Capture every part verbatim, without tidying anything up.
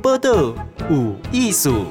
报道有艺术。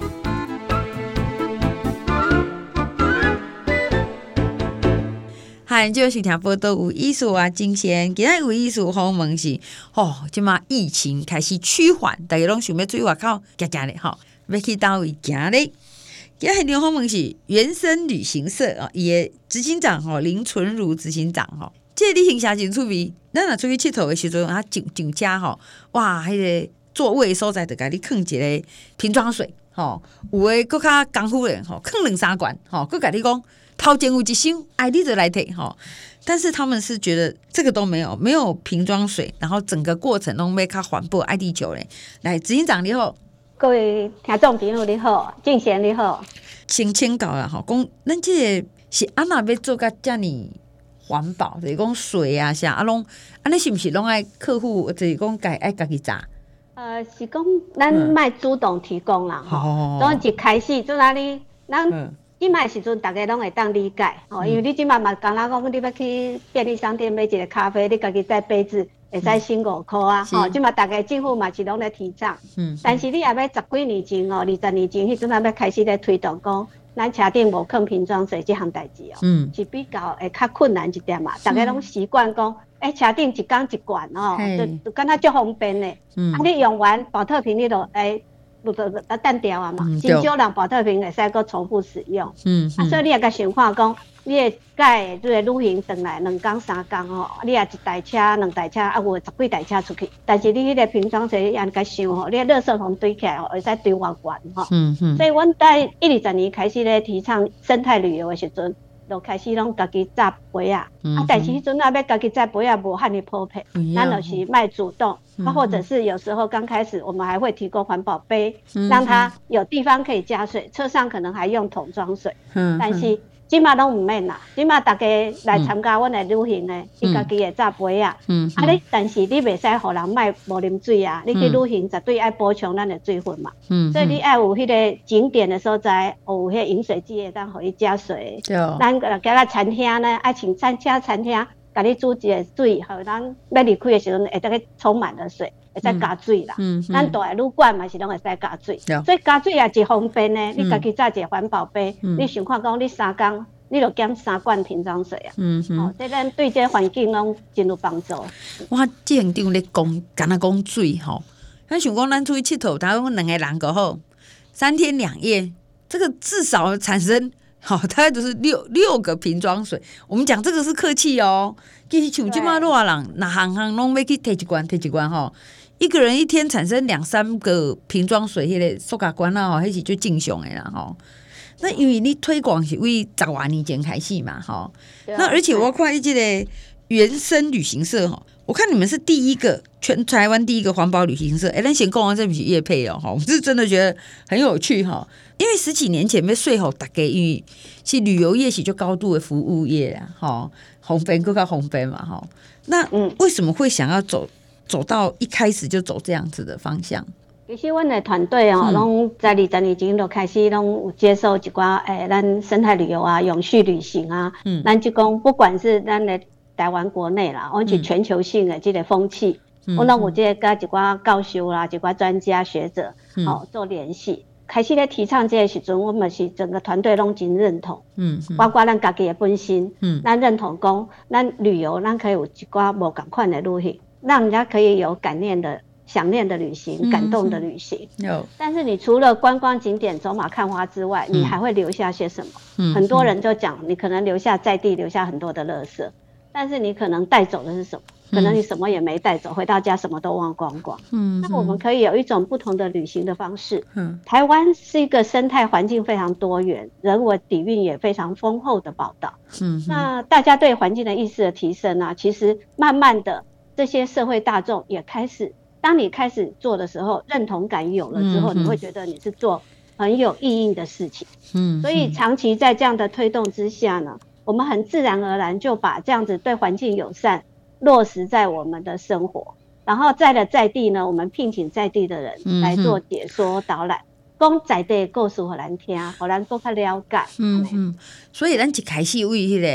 嗨，就是听报道有艺术啊，真鲜。今日有艺术访问是，吼，即马疫情开始趋缓，大家拢想要出外口行行咧，吼，要去倒位行咧。今日的访问是原生旅行社啊，伊的执行长吼林纯如执行长吼，这个旅行社真趣味。咱若出去佚佗的时阵，啊上上车吼，哇，迄、那个座位所在就甲你放一个瓶装水，吼，有诶搁较功夫的吼，放两三罐，吼，搁甲你讲。头前有一箱，哎，你就来摕吼。但是他们是觉得这个都没有，没有瓶装水，然后整个过程都要较环保、爱地球嘞。来，执行长你好， 各位听众朋友你好，敬贤你好。 先请教啦，吼，讲咱这个是安那要做甲这么环保，就是讲水啊啥，啊拢，安尼是不是拢爱客户就是讲家爱家己榨？ 呃，是讲咱卖主动提供啦，吼、嗯，从、哦、一开始做哪里，咱。嗯即卖时阵，大家拢会当理解吼、嗯，因为你即卖嘛，刚若讲你要去便利商店买一个咖啡，你家己带杯子，会使省五块啊。吼、嗯，即卖大家政府嘛是拢咧提倡。嗯。但是你也要十几年前哦，二十年前迄阵啊，要开始咧推动讲，咱车顶无放瓶装水即项代志哦，嗯，是比较会较困难一点嘛。大家拢习惯讲，诶、欸，车顶一缸一罐哦，就就敢若足方便咧。嗯。啊，你用完保特瓶你就诶。就就单掉啊嘛，真少人保特瓶会使搁重复使用。嗯，啊，所以你也甲想看讲，你会介这个旅行转来两工三工吼，你也一台车、两台车，啊有十几台车出去，但是你迄个瓶装水，你安甲想吼，你垃圾桶堆起来吼，会使堆偌远吼。嗯嗯。所以阮在一二十年开始咧提倡生态旅游的时阵。就开始拢家己扎杯啊，嗯、啊，但是迄阵啊要家己扎杯啊无遐尼普遍，咱就是卖主动，嗯、啊，或者是有时候刚开始我们还会提供环保杯，嗯、让它有地方可以加水，车上可能还用桶装水，嗯、但是即马拢唔免啦，即马大家来参加阮的旅行呢，伊家己会扎杯啊，嗯、啊你但是你袂使互人卖无啉水啊，你去旅行绝对爱补充咱的水分嘛，嗯、所以你爱有迄个景点的所在，有迄个饮水机会当互伊加水，咱个加个餐厅呢，爱请餐车餐厅，甲你煮一个水，互咱要离开的时阵会当去充满了水。会使加水啦，嗯嗯、咱大个旅馆嘛是拢会使加水，所以加水也是方便呢。嗯、你家己扎一个环保杯，嗯、你想看讲你三工，你就减三罐瓶装水啊。嗯嗯，哦，所以咱对这环境拢真有帮助。 我现场咧讲，敢若讲水吼，咱想讲咱出去佚佗，他讲两个人个好，三天两夜，这个至少产生好，大概就是六六个瓶装水。我们讲这个是客气哦，其实像即马偌人，那行行拢要去摕一罐，摕一罐吼。一个人一天产生两三个瓶装水，迄个塑胶罐啊，吼，迄是最正常的啦，吼。那因为你推广是为十多年前开始嘛，吼。那而且我看这个原生旅行社，吼，我看你们是第一个全台湾第一个环保旅行社。哎、欸，咱先讲完这不是业配哦，我是真的觉得很有趣哈。因为十几年前要说服大家，因为是旅游业是就高度的服务业啦，吼，红边更加红边嘛，吼。那为什么会想要走？走到一开始就走这样子的方向。 其实阮的团队哦，拢、嗯、在二十年前就开始拢有接受一寡诶，咱生态旅游啊、永续旅行啊，嗯，咱就讲不管是咱的台湾国内啦，或是全球性的这个风气，我拢、嗯、有这个跟一寡教授啦、一寡专家学者，嗯、哦做联系。开始咧提倡这个时阵，我们是整个团队拢真认同，嗯，嗯包括咱家己的本心，嗯，咱认同讲，咱旅游咱可以有一寡无同款的旅行。让人家可以有感念的、想念的旅行、嗯、感动的旅行。有，但是你除了观光景点、走马看花之外，嗯、你还会留下些什么？嗯、很多人就讲，你可能留下在地留下很多的垃圾，但是你可能带走的是什么？可能你什么也没带走，回到家什么都忘光光。嗯，那我们可以有一种不同的旅行的方式。嗯，台湾是一个生态环境非常多元、人文底蕴也非常丰厚的宝岛。嗯，那大家对环境的意识的提升啊，其实慢慢的。这些社会大众也开始，当你开始做的时候，认同感有了之后，嗯、你会觉得你是做很有意义的事情。嗯，所以长期在这样的推动之下呢，我们很自然而然就把这样子对环境友善落实在我们的生活。然后在了在地呢，我们聘请在地的人来做解说导览，讲、嗯、在地的故事给咱听，给咱更加了解。嗯嗯， 所以咱一开始为迄个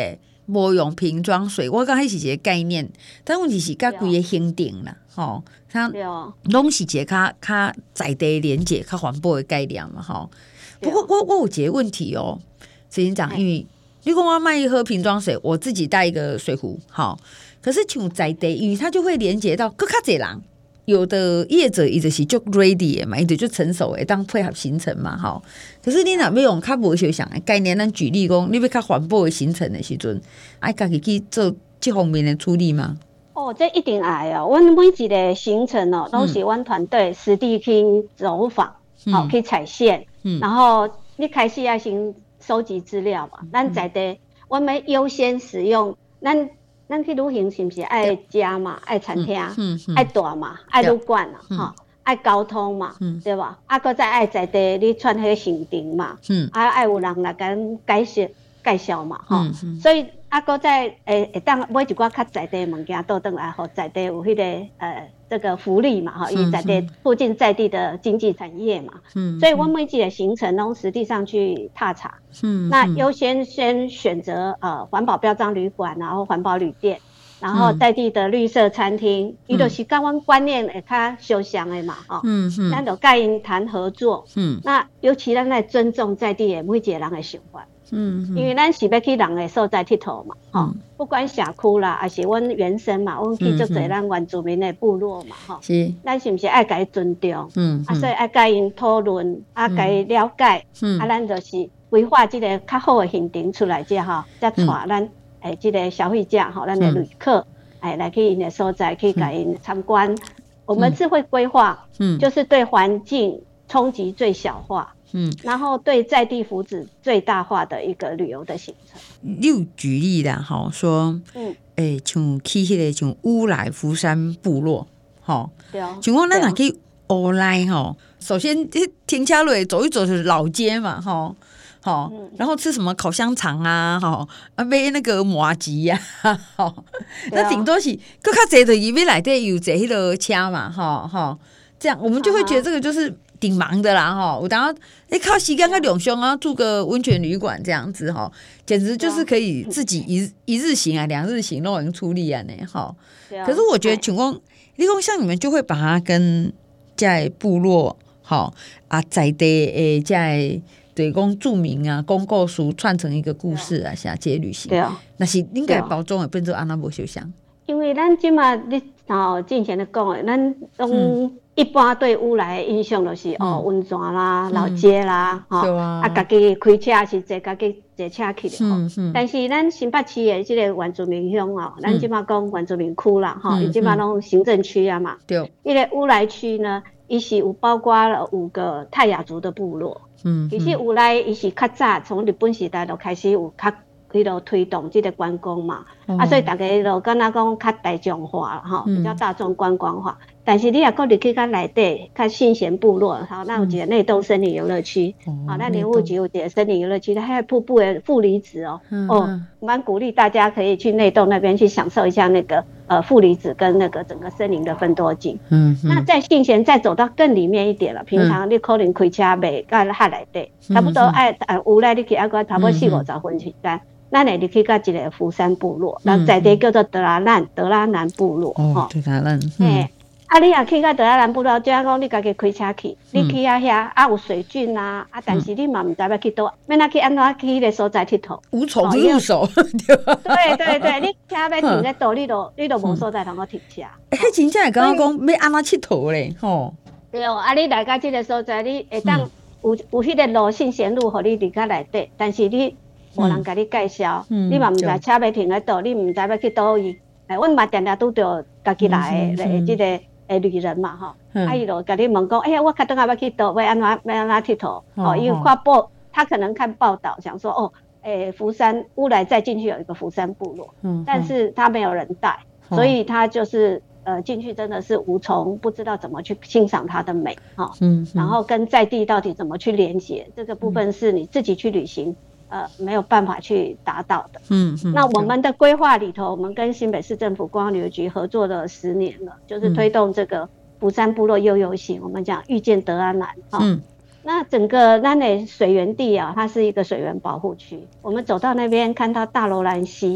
无用瓶装水，我感觉是一个概念，但问题是甲规个行程啦，吼，它拢是一个较较在地连结、较环保的概念嘛，吼。不过我我有一个问题哦，执行长，因为你讲我卖喝瓶装水，我自己带一个水壶，好，可是像在地，因为它就会连结到更较侪人。有的业者伊就是就 ready 的嘛，伊就成熟的当配合行程嘛，吼。可是你若要用较无相像的概念，咱举例讲，你要较环保的行程的时阵，爱家己去做这方面的处理吗？ 哦，这一定爱哦。阮每一个行程哦，都是阮团队实地去走访，好、嗯、去采线、嗯，然后你开始要先收集资料嘛。咱、嗯、在地，我们优先使用咱。咱去旅行是不是爱家嘛，爱餐厅，嗯嗯、爱大嘛，爱旅馆啊，哈、嗯，爱交通嘛，嗯、对吧？啊，搁再爱在地你串迄个行程嘛，嗯，啊，爱有人来跟介绍介绍嘛，哈、嗯嗯，所以啊，搁再诶会当买一寡较在地物件倒转来，互在地有迄、那个呃这个福利嘛，哈，因为在地附近在地的经济产业嘛，嗯，所以我每一个行程拢实际上去踏查，嗯，那优先先选择呃环保标章旅馆，然后环保旅店，然后在地的绿色餐厅，伊、嗯、就是甲阮观念会较相像的嘛，哈，嗯嗯，咱就甲因谈合作，嗯，那尤其咱来尊重在地的每一个人的想法。嗯，因为咱是要去人的所在佚佗嘛，吼、嗯，不管社区啦，还是阮原生嘛，阮去做侪咱原住民的部落嘛，吼、嗯，是，咱是不是爱甲伊尊重？嗯，啊，所以爱甲因讨论，啊，甲伊了解，嗯，啊，咱就是规划这个较好的行程出来之后，再带咱诶这个消费者吼，咱的旅客，哎、嗯，来去因的所在，去甲因参观。我们智慧规划，嗯，就是对环境冲击最小化。嗯，然后对在地福祉最大化的一个旅游的行程。 你有举例啦，哈，说，嗯，诶、欸，像去迄个像乌来福山部落，哈，对啊，像讲咱若去乌来吼，首先停车落走一走是老街嘛，哈，好、嗯，然后吃什么烤香肠啊，哈，啊买那个麻糬呀，哈，那顶多是更较侪的，因为内底有坐迄个车嘛，哈哈，这样我们就会觉得这个就是。挺忙的啦哈，我等下哎靠时间跟两兄啊住个温泉旅馆这样子哈，简直就是可以自己一一日行啊两日行都能出力啊呢哈。可是我觉得情况，你讲像你们就会把它跟在部落哈啊在地诶在对讲著名啊公告书串成一个故事啊，下街旅行。对啊，那是应该包装的变做安那无相像。 因为咱即嘛你哦之前咧讲的，咱拢。一般对乌来的印象就是、嗯、哦，温泉啦、嗯、老街啦，吼、嗯，啊，家己开车是坐家己坐车去的，嗯嗯。但是咱新北市的这个原住民乡哦，咱、嗯、即马讲原住民区啦，吼、嗯，伊即马拢行政区啊嘛。对。伊个乌来区呢，伊是有包括了五个泰雅族的部落。嗯。其实乌来伊是较早从日本时代就开始有较。迄落推动这个观光嘛，嗯、啊，所以大家就敢若讲较大众化啦，吼、嗯，比较大众观光化。但是你若讲入去较内底，较信贤部落，好，那有一个内洞森林游乐区，好、嗯，那莲雾局有一个森林游乐区，它还有瀑布的负离子哦，嗯、哦，蛮鼓励大家可以去内洞那边去享受一下那个呃负离子跟那个整个森林的分多景。嗯，那在信贤再走到更里面一点了，平常你可能开车袂到遐内底，差不多爱呃有来你去啊个差不多四五十分时间。咱会入去到一个福山部落，然后在地叫做德拉兰德拉南部落。 哦，德拉兰。 嘿，啊，你若去到德拉兰部落，就要讲你家己开车去，你去啊遐啊有水圳啊，啊，但是你嘛唔知要去倒，免那去安怎去迄个所在佚佗。 无从入手。 对对对，你车要停在倒，你都你都无所在通个停车。 哎，迄真正会感觉讲要安怎佚佗咧，吼。 对哦，啊，你来到这个所在，你会当有有迄个路信贤路，互你入较内底，但是你。无人甲你介绍，嗯、你嘛唔知车要停喺倒，你唔知要去倒位。哎，阮嘛定定拄着家己来的，诶，即个诶旅人嘛，吼，啊伊就甲你问讲，哎呀，我较等下要去倒，要安怎要安怎佚佗？哦，因为看报，他可能看报道，想说哦，诶，福山乌来再进去有一个福山部落，嗯，但是他没有人带，所以他就是呃进去真的是无从不知道怎么去欣赏它的美，哈，嗯，然后跟在地到底怎么去连接，这个部分是你自己去旅行。呃，没有办法去达到的。嗯嗯。那我们的规划里头，我们跟新北市政府观光旅游局合作了十年了，就是推动这个福山部落悠游行。我们讲遇见德安南。嗯。那整个咱的水源地啊，它是一个水源保护区。我们走到那边看到大罗兰溪，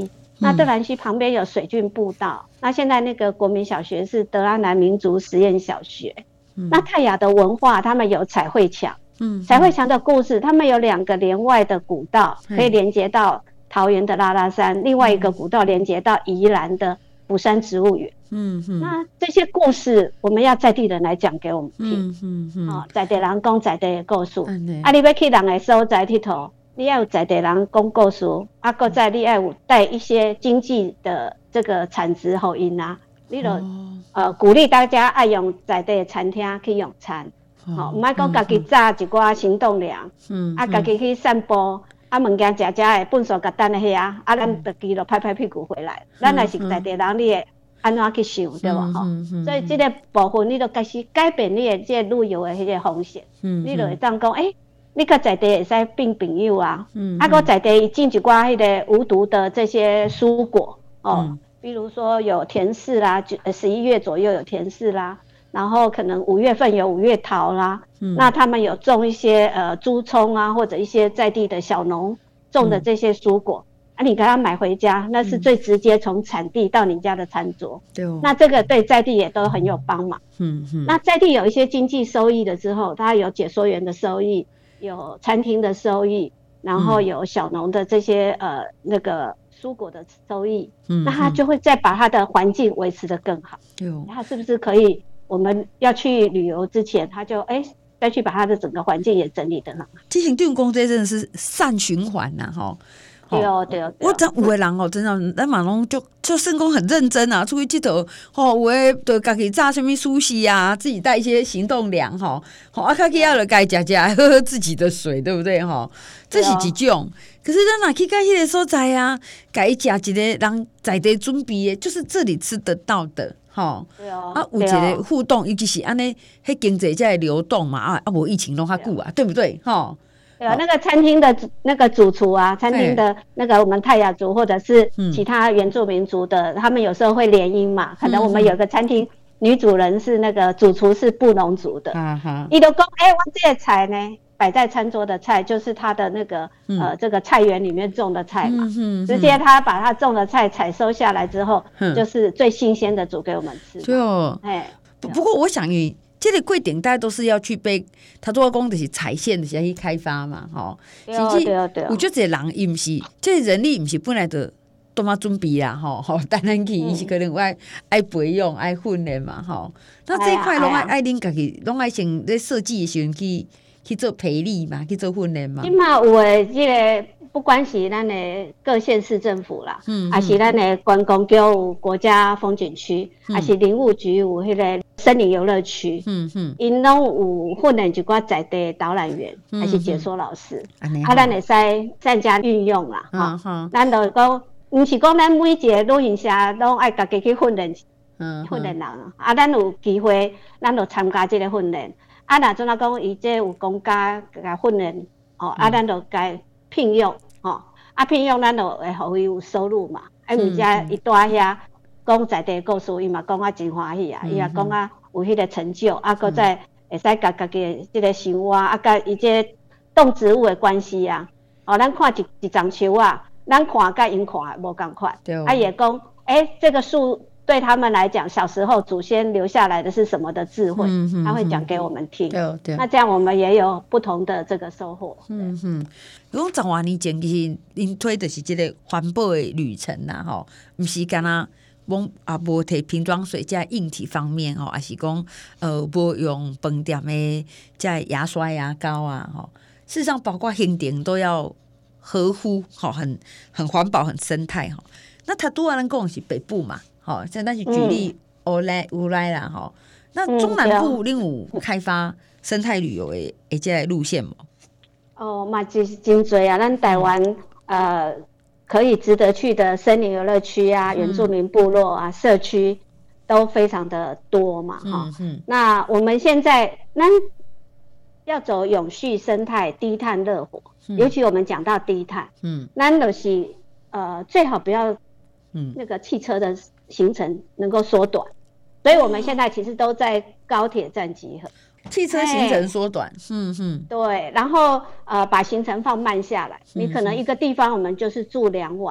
那德兰溪旁边有水郡步道，那现在那个国民小学是德拉南民族实验小学。嗯、那泰雅的文化，他们有彩绘墙，嗯，彩绘墙的故事，他们有两个连外的古道，可以连接到桃园的拉拉山，嗯、另外一个古道连接到宜兰的福山植物园。嗯嗯，那这些故事我们要在地人来讲给我们听。嗯嗯嗯，哦，在地人讲在地的故事。嗯、啊，你要去人的所在佚佗，你要有在地人讲故事，啊，搁再你要有带一些经济的这个产值给因啊，你就。哦呃，鼓励大家爱用在地的餐厅去用餐，好、哦，唔爱讲家己炸一寡行动粮，嗯，啊，家己去散步，啊，物件食食的，粪扫甲等咧遐，啊，咱自己就拍拍屁股回来。咱若是在地人，你会安怎去想，对无吼？所以这个部分，你就开始改变你的这个旅游的迄个方式，嗯，你就会当讲，诶、欸，你甲在地会使变朋友啊，嗯，啊，搁在地种一寡迄个无毒的这些蔬果，哦。嗯，比如说有甜柿啦，十一月左右有甜柿啦，然后可能五月份有五月桃啦，嗯、那他们有种一些呃猪葱啊，或者一些在地的小农种的这些蔬果，嗯、啊，你给他买回家，那是最直接从产地到你家的餐桌，对、嗯，那这个对在地也都很有帮忙，嗯嗯，那在地有一些经济收益了之后，它有解说员的收益，有餐厅的收益，然后有小农的这些呃那个。蔬果的收益，嗯，那他就会再把他的环境维持得更好。嗯，他是不是可以？我们要去旅游之前，他就哎、欸、再去把他的整个环境也整理得很好。 其实对公这真的是善循环呐，哈。 对哦，对哦。 我真有的人哦，真的，咱嘛拢就就生工很认真啊，出去佚佗，吼，有的就家己炸什么苏西啊，自己带一些行动粮，哈，好啊，家己要了该食食，喝喝自己的水，对不对，哈？这是一种。可是咱若去到迄个所在啊，该食一个人在地准备的，就是这里吃得到的，吼。对哦。啊，有一个互动，尤其是安尼，迄经济才会流动嘛，啊啊，无疫情拢较久啊，对不对，吼？ 对啊，那个餐厅的那个主厨啊，餐厅的那个我们泰雅族或者是其他原住民族的，嗯、他们有时候会联姻嘛。可能我们有个餐厅、嗯、女主人是那个主厨是布农族的，伊就讲，哎、欸，我这个菜呢，摆在餐桌的菜就是他的那个、嗯、呃这个菜园里面种的菜嘛，嗯、直接他把他种的菜采收下来之后，嗯、就是最新鲜的煮给我们吃。就， 哎，不过我想你。这个过程大家都是要去被他做工就是采线的，去开发嘛，吼。 对哦，对哦，对哦。 有这个人伊唔是，这个人力唔是本来就多么准备啦，吼吼。当然去，伊是可能爱爱培养、爱训练嘛，吼。那这一块拢爱爱恁家己，拢爱先在设计的时候去去做培力嘛，去做训练嘛。 起码有诶，这个不管是咱的各县市政府啦，嗯，还是咱的观光局有国家风景区，还是林务局有迄个。森林游乐区，嗯嗯，因拢有训练一寡在地导览员，嗯、还是解说老师，嗯、啊，咱会使善加运用啦，哈、嗯，咱就讲，唔是讲咱每一个旅行社拢爱家己去训练，嗯，训练人，啊，咱有机会，咱就参加这个训练，啊，若怎啊讲，伊这有公家甲训练，哦，啊，咱就该聘用，哦，啊，聘用咱就会互伊有收入嘛，啊，毋则伊住遐。讲在地故事，伊嘛讲啊真欢喜啊，伊也讲啊有迄个成就，啊，搁再会使甲家己的即个生活，啊，甲伊这动植物的关系啊，哦，咱看一一丛树啊，咱看甲因看无共款，啊，也讲，诶、欸，这个树对他们来讲，小时候祖先留下来的是什么的智慧，嗯嗯、他会讲给我们听，对对，那这样我们也有不同的这个收获。嗯嗯，讲十多年前其实因推的是这个环保的旅程呐，吼，不是干那。我啊，无摕瓶装水在硬体方面吼，还是讲呃，无用饭店的在牙刷、牙膏啊，吼。事实上，包括行程都要合乎，吼，很很环保、很生态吼。那他拄仔咱讲是北部嘛，吼，现在是举例乌来乌来啦，吼。那中南部另有开发生态旅游的诶这个路线无？ 哦，嘛真真多啊，咱台湾、嗯、呃。可以值得去的森林游乐区啊，原住民部落啊，嗯、社区都非常的多嘛，哈、嗯嗯。那我们现在那要走永续生态、低碳热火，嗯、尤其我们讲到低碳，嗯，那就是呃最好不要，嗯，那个汽车的行程能够缩短，所以我们现在其实都在高铁站集合。 汽车行程缩短，嗯嗯， 对，然后呃把行程放慢下来，嗯、你可能一个地方我们就是住两晚，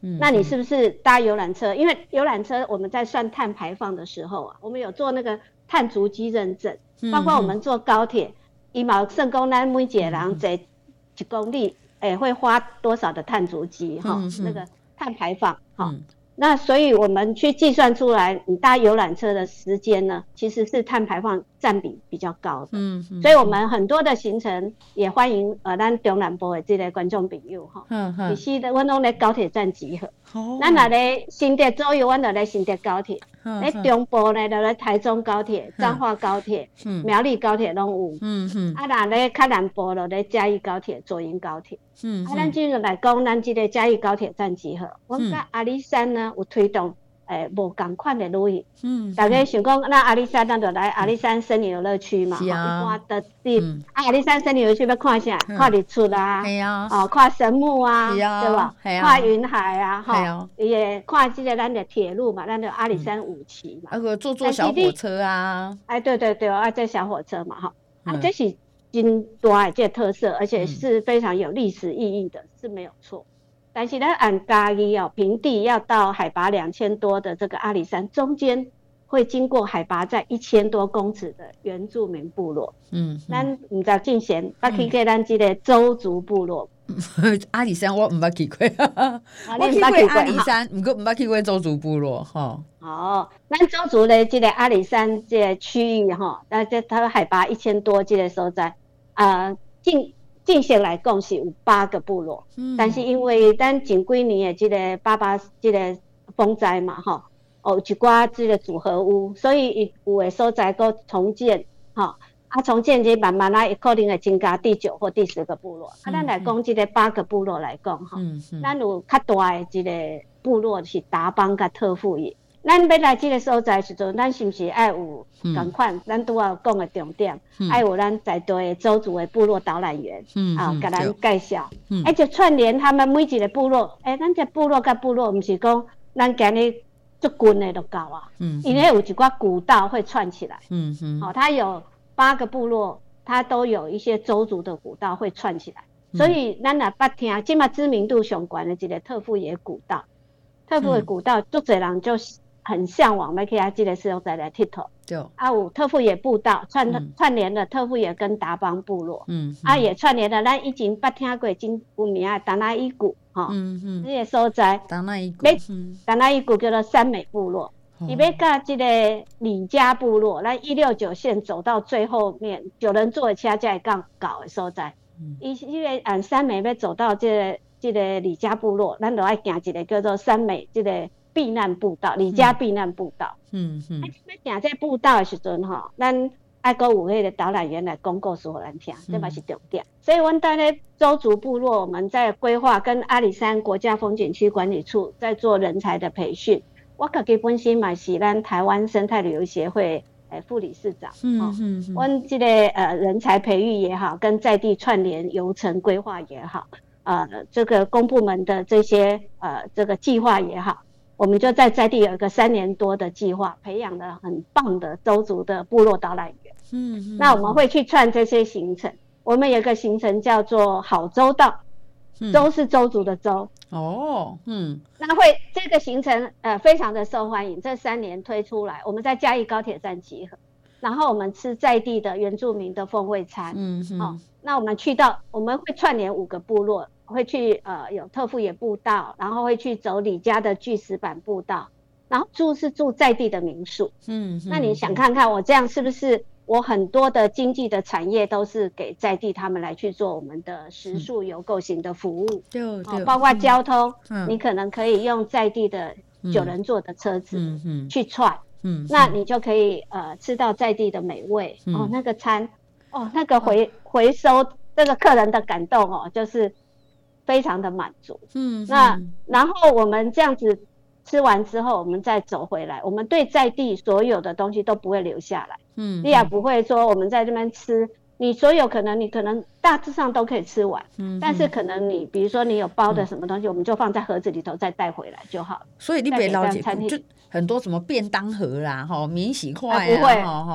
嗯，那你是不是搭游览车？因为游览车我们在算碳排放的时候啊，我们有做那个碳足迹认证，嗯、包括我们坐高铁，伊嘛算讲咱每一个人坐一公里，诶、欸，会花多少的碳足迹哈、嗯？那个碳排放哈。嗯，那所以我们去计算出来，你搭游览车的时间呢，其实是碳排放占比比较高的。嗯，嗯，所以我们很多的行程也欢迎呃咱中南部的这个观众朋友哈。嗯嗯。其实的，阮拢在高铁站集合。哦。咱若咧新竹左右，阮就咧新竹高铁；咧中部呢，就咧台中高铁、彰化高铁、嗯、苗栗高铁拢有。嗯嗯。啊，若咧较南部就咧嘉义高铁、左营高铁。嗯。啊，咱今日来讲，咱这个嘉义高铁站集合，阮甲阿里山呢。有推动诶无同款的旅游，嗯，大家想讲，那阿里山咱就来阿里山森林游乐区嘛，是啊，一般的地、嗯，阿里山森林游乐区要看啥？嗯、看日出啊，系啊，哦，看神木啊，是啊，对吧？啊、看云海啊，哈，也看这个咱的铁路嘛，咱的阿里山五期嘛， 啊个坐坐小火车啊， 哎，对对对，啊，这小火车嘛，哈、嗯，啊，这是真大的这特色，而且是非常有历史意义的，嗯、是没有错。但是咱按嘉义哦，平地要到海拔两千多的这个阿里山，中间会经过海拔在一千多公尺的原住民部落。嗯，咱唔知进前捌去过咱这个邹族部落。 嗯、阿里山我唔捌去过，我去过阿里山，唔过唔捌去过邹族部落哈。 哦，咱邹族的这个阿里山这个区域哈，那这它海拔一千多这个所在，啊、呃，近。近线来讲是有八个部落，嗯、但是因为咱前几年的这个八八这个风灾嘛，哈，哦，一寡这个组合屋，所以有的所在搁重建，哈，啊，重建这慢慢来，可能会增加第九或第十个部落。嗯、啊，咱来讲这个八个部落来讲，哈、嗯，咱有较大的这个部落是达邦甲特富野。咱要来这个所在的时阵，咱是不是爱有同款？咱拄要讲的重点，爱、嗯、有咱在地的邹族的部落导览员，嗯、啊，给咱介绍，嗯、而且串联他们每一个部落。诶、欸，咱这部落甲部落，不是讲咱今日足近的就够啊，嗯，因为有一寡古道会串起来，嗯嗯，好、哦，它有八个部落，它都有一些邹族的古道会串起来，嗯、所以咱若捌听，即嘛知名度上悬的一个特富野古道，特富野古道，足侪人就。很向往要去啊，这个所在来佚佗。对。啊，有特富野步道串、嗯、串联了特富野跟达邦部落。嗯。嗯啊，也串联了咱以前捌听过真有名的达那伊谷哈。嗯嗯。这个所在。达那伊谷。嗯。达那伊谷叫做三美部落。伊要甲这个李家部落，咱一六九线走到最后面，九人座的车才会到到的所在。嗯。伊因为按三美要走到这个这个李家部落，咱就要行一个叫做三美这个。避难步道，李家避难步道。嗯嗯。要行这步道的时阵吼，咱爱搁有迄个导览员来讲故事互咱听，这嘛是重点。嗯、所以，阮在咧邹族部落，我们在规划跟阿里山国家风景区管理处在做人才的培训。我自己本身嘛是咱台湾生态旅游协会诶副理事长。嗯嗯嗯。阮这个呃人才培育也好，跟在地串联游程规划也好，呃，这个公部门的这些呃这个计划也好。我们就在在地有一个三年多的计划，培养了很棒的邹族的部落导览员。嗯, 嗯，那我们会去串这些行程。我们有一个行程叫做好邹道，邹、嗯、是邹族的邹。哦，嗯，那会这个行程呃非常的受欢迎，这三年推出来，我们在嘉义高铁站集合，然后我们吃在地的原住民的风味餐。嗯嗯、哦，那我们去到我们会串联五个部落。会去呃有特富野步道，然后会去走李家的巨石板步道，然后住是住在地的民宿。嗯，那你想看看我这样是不是我很多的经济的产业都是给在地他们来去做我们的食宿游购型的服务，对、嗯哦、包括交通、嗯，你可能可以用在地的九人座的车子去串，嗯，那你就可以呃吃到在地的美味、嗯、哦，那个餐哦那个回、嗯、回收这个客人的感动哦，就是。非常的满足，嗯，那然后我们这样子吃完之后，我们再走回来，我们对在地所有的东西都不会留下来，嗯，你也不会说我们在这边吃，你所有可能你可能大致上都可以吃完，嗯，但是可能你比如说你有包的什么东西，嗯、我们就放在盒子里头再带回来就好了。 所以你别了解，就很多什么便当盒啦，哈，免洗筷啊， 啊不会， 哈，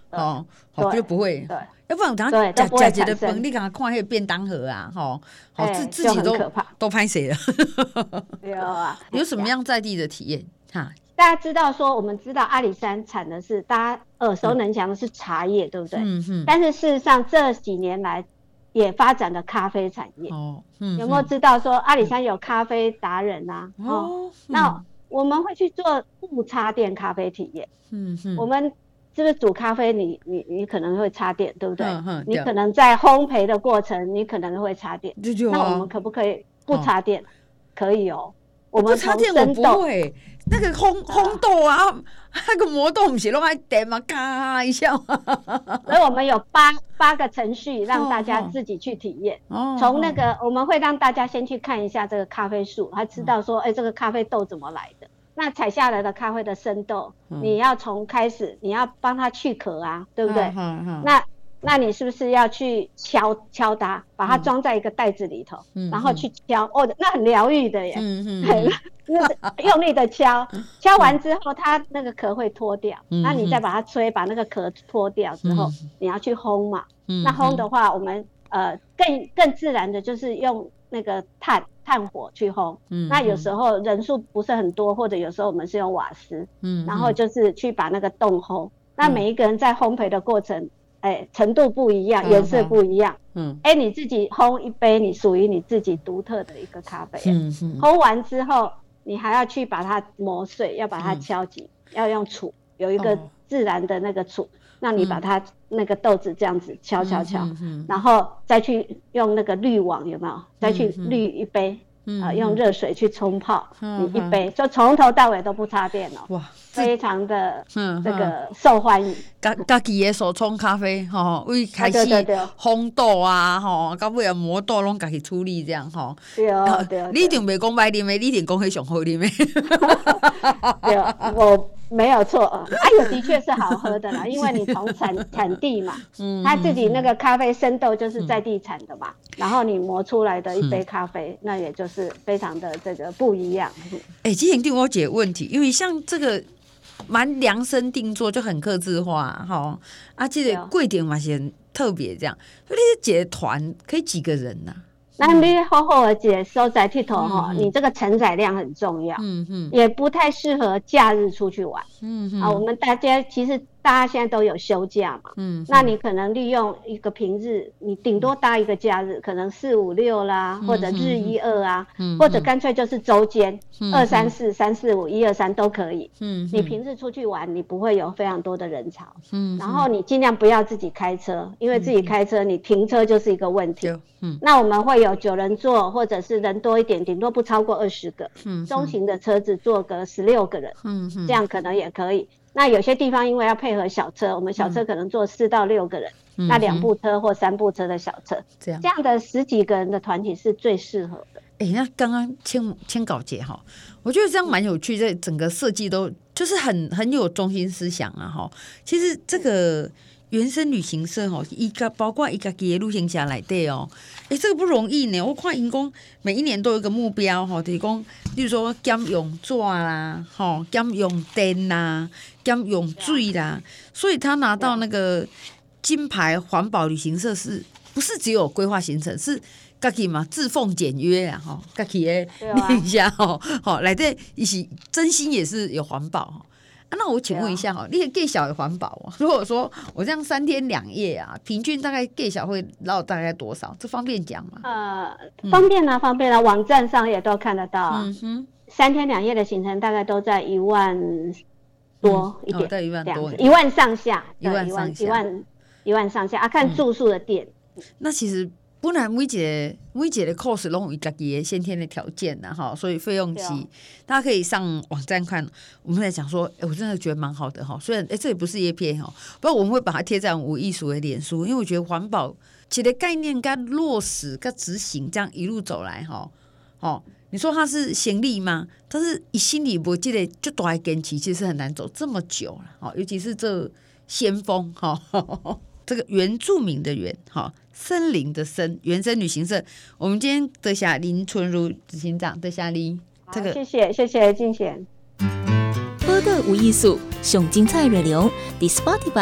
哦，好就不会。 对， 要不然等下假假节的本，你刚刚看那个便当盒啊，哈，好自自己都都拍谁了？ 有啊， 有什么样在地的体验哈？ 大家知道说，我们知道阿里山产的是大家耳熟能详的是茶叶，对不对？嗯嗯。但是事实上这几年来也发展了咖啡产业。哦，嗯。有没有知道说阿里山有咖啡达人啊？哦，那我们会去做不插电咖啡体验。嗯嗯。我们是不是煮咖啡你？你你你可能会插电，对不对？嗯嗯。你可能在烘焙的过程，你可能会插电。那我们可不可以不插电？可以哦。我们插电我不会。那个烘烘豆啊，那个磨豆不是都爱点吗？嘎一下。 所以我们有八八个程序让大家自己去体验。哦。从那个我们会让大家先去看一下这个咖啡树，他知道说，哎、欸，这个咖啡豆怎么来的？那采下来的咖啡的生豆，嗯、你要从开始，你要帮它去壳啊，对不对？嗯嗯。那那你是不是要去敲敲它，把它装在一个袋子里头，嗯、然后去敲？哦，那很疗愈的耶。嗯嗯。嗯用力的敲，敲完之后，它那个壳会脱掉。嗯、那你再把它吹，把那个壳脱掉之后，嗯、你要去烘嘛。嗯、那烘的话，我们呃更更自然的就是用那个炭炭火去烘。嗯、那有时候人数不是很多，或者有时候我们是用瓦斯。嗯、然后就是去把那个洞烘。那每一个人在烘焙的过程。哎，程度不一样，颜色不一样。嗯，哎，你自己烘一杯，你属于你自己独特的一个咖啡。嗯嗯。烘完之后，你还要去把它磨碎，要把它敲击，嗯、要用杵，有一个自然的那个杵，哦、让你把它那个豆子这样子敲敲敲，嗯嗯、然后再去用那个滤网，有没有？再去滤一杯。嗯啊，用热水去冲泡，嗯、你一杯、嗯、就从头到尾都不插电哦，哇，非常的这个受欢迎。 家家己的手冲咖啡，吼，为开始烘豆啊，吼，到尾啊磨豆拢家己处理这样吼。 对哦，对哦。 你一定袂讲歹啉的，你一定讲迄上好啉的。 对，我没有错，哎呦，的确是好喝的啦，因为你从产产地嘛，嗯，他自己那个咖啡生豆就是在地产的嘛，嗯、然后你磨出来的一杯咖啡，嗯、那也就是非常的这个不一样。 哎、欸，之前对我解问题，因为像这个蛮量身定做，就很客制化，哈啊，这个贵点嘛是很特别这样。所以你解团可以几个人呐、啊？ 那你好好的解收载剃头哈，你这个承载量很重要，嗯嗯，也不太适合假日出去玩，嗯嗯，啊，我们大家其实大家现在都有休假嘛，嗯，那你可能利用一个平日，你顶多搭一个假日，可能四五六啦，或者日一二啊，嗯，或者干脆就是周间，二三四三四五一二三都可以，嗯，你平日出去玩，你不会有非常多的人潮，嗯，然后你尽量不要自己开车，因为自己开车你停车就是一个问题，嗯，那我们会有九人座，或者是人多一点，顶多不超过二十个，嗯，中型的车子坐个十六个人，嗯，这样可能也可以。那有些地方因为要配合小车，我们小车可能坐四到六个人，嗯、那两部车或三部车的小车，这样这样的十几个人的团体是最适合的。 哎、欸，那刚刚签签稿节哈，我觉得这样蛮有趣，在整个设计都就是很很有中心思想啊哈。其实这个原生旅行社哈，一个包括一个给旅行社来的哦，哎、欸，这个不容易呢。我看因讲每一年都有一个目标哈，就是讲，例如说减用纸啦，哈，减用电啦，减用水啦，所以他拿到那个金牌环保旅行社是不是只有规划行程是？自己嘛，自奉简约啊，哈，自己的念一下哈，好，来这一起真心也是有环保哈。啊，那我请问一下哈，你的 Gay 小有环保啊？如果说我这样三天两夜啊，平均大概 Gay 小会绕大概多少？这方便讲吗？ 呃，方便啊，嗯、方便啊，网站上也都看得到啊。嗯哼，三天两夜的行程大概都在一万多一点， 在、嗯哦、一万多， 一万上下， 一万上下， 一万一万上下啊，看住宿的店。 嗯、那其实。本来每一个每一个 course 都有自己的先天的条件呐，哈，所以费用期大家可以上网站看。我们在讲说，哎、欸，我真的觉得蛮好的哈。虽然哎、欸，这也不是业配哈，不过我们会把它贴在我们艺术的脸书，因为我觉得环保其实概念跟落实跟执行这样一路走来哈，哦，你说它是行力吗？但是以心里我记得就大的坚持，其实很难走这么久了，哈，尤其是这先锋哈。这个原住民的原哈，森林的森，原生旅行社。我们今天得下林春如执行长，得下你这个， 谢谢谢谢金贤。 播客有艺术，上精彩内容，伫 Spotify、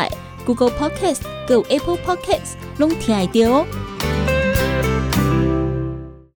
Google Podcast 还有 Apple Podcast 拢听得到哦。